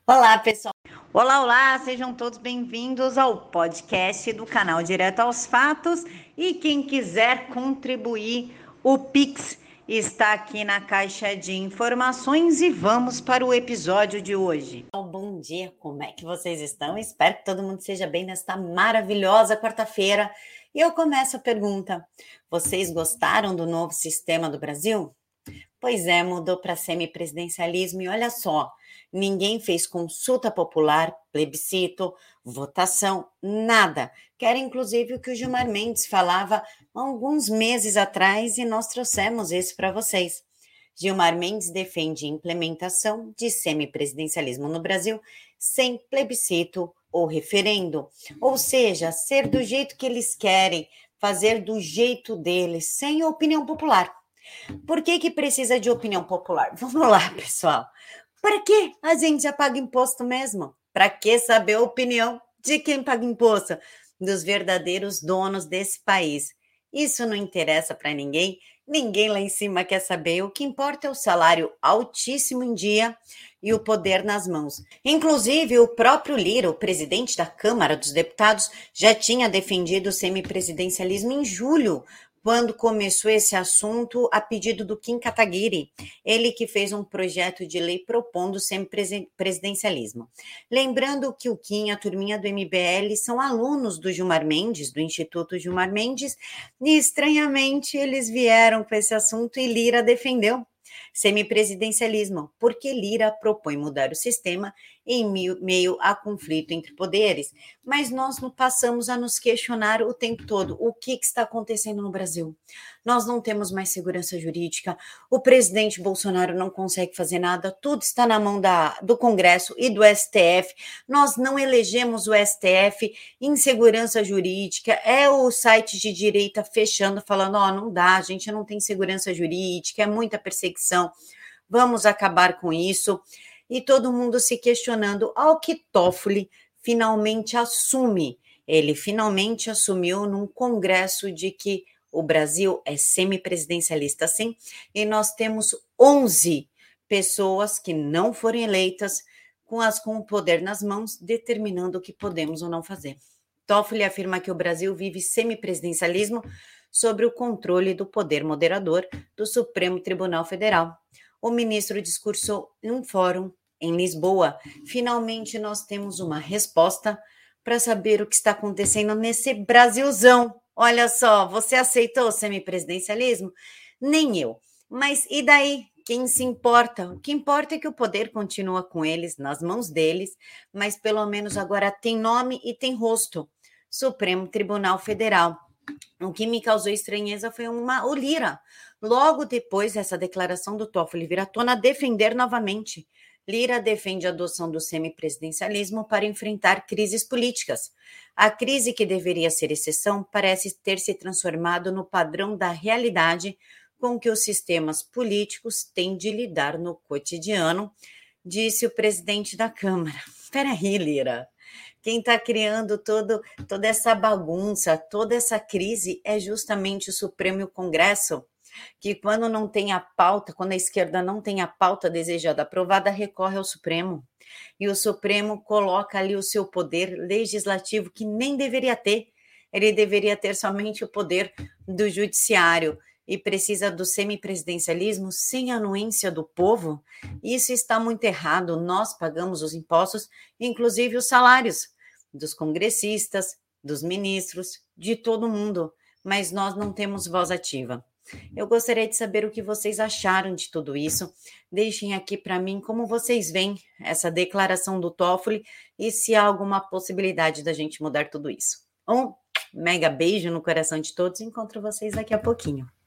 Olá, pessoal. Olá, olá, sejam todos bem-vindos ao podcast do canal Direto aos Fatos. E quem quiser contribuir, o Pix está aqui na caixa de informações e vamos para o episódio de hoje. Bom dia, como é que vocês estão? Espero que todo mundo seja bem nesta maravilhosa quarta-feira. E eu começo a pergunta: vocês gostaram do novo sistema do Brasil? Pois é, mudou para semipresidencialismo e olha só, ninguém fez consulta popular, plebiscito, votação, nada. Que era inclusive o que o Gilmar Mendes falava há alguns meses atrás e nós trouxemos isso para vocês. Gilmar Mendes defende implementação de semipresidencialismo no Brasil sem plebiscito ou referendo, ou seja, ser do jeito que eles querem, fazer do jeito deles, sem opinião popular. Por que precisa de opinião popular? Vamos lá, pessoal. Para que a gente já paga imposto mesmo? Para que saber a opinião de quem paga imposto? Dos verdadeiros donos desse país. Isso não interessa para ninguém. Ninguém lá em cima quer saber. O que importa é o salário altíssimo em dia e o poder nas mãos. Inclusive, o próprio Lira, o presidente da Câmara dos Deputados, já tinha defendido o semipresidencialismo em julho, quando começou esse assunto a pedido do Kim Kataguiri, ele que fez um projeto de lei propondo semipresidencialismo. Lembrando que o Kim e a turminha do MBL são alunos do Gilmar Mendes, do Instituto Gilmar Mendes, e estranhamente eles vieram com esse assunto e Lira defendeu semipresidencialismo, porque Lira propõe mudar o sistema em meio a conflito entre poderes. Mas nós não passamos a nos questionar o tempo todo o que está acontecendo no Brasil. Nós não temos mais segurança jurídica, o presidente Bolsonaro não consegue fazer nada, tudo está na mão do Congresso e do STF, nós não elegemos o STF, insegurança jurídica, é o site de direita fechando, falando, não dá, a gente não tem segurança jurídica, é muita perseguição, vamos acabar com isso. E todo mundo se questionando ao que Toffoli finalmente assume. Ele finalmente assumiu num congresso de que o Brasil é semipresidencialista, sim, e nós temos 11 pessoas que não foram eleitas com o poder nas mãos, determinando o que podemos ou não fazer. Toffoli afirma que o Brasil vive semipresidencialismo sob o controle do poder moderador do Supremo Tribunal Federal. O ministro discursou em um fórum em Lisboa. Finalmente nós temos uma resposta para saber o que está acontecendo nesse Brasilzão. Olha só, você aceitou o semipresidencialismo? Nem eu. Mas e daí? Quem se importa? O que importa é que o poder continua com eles, nas mãos deles, mas pelo menos agora tem nome e tem rosto. Supremo Tribunal Federal. O que me causou estranheza foi o Lira. Logo depois dessa declaração do Toffoli vir à tona defender novamente. Lira defende a adoção do semipresidencialismo para enfrentar crises políticas. A crise que deveria ser exceção parece ter se transformado no padrão da realidade com que os sistemas políticos têm de lidar no cotidiano, disse o presidente da Câmara. Espera aí, Lira. Quem está criando toda essa bagunça, toda essa crise é justamente o Supremo e o Congresso, que quando não tem a pauta, quando a esquerda não tem a pauta desejada aprovada, recorre ao Supremo. E o Supremo coloca ali o seu poder legislativo, que nem deveria ter. Ele deveria ter somente o poder do judiciário e precisa do semipresidencialismo sem anuência do povo. Isso está muito errado. Nós pagamos os impostos, inclusive os salários dos congressistas, dos ministros, de todo mundo, mas nós não temos voz ativa. Eu gostaria de saber o que vocês acharam de tudo isso. Deixem aqui para mim como vocês veem essa declaração do Toffoli e se há alguma possibilidade da gente mudar tudo isso. Um mega beijo no coração de todos e encontro vocês daqui a pouquinho.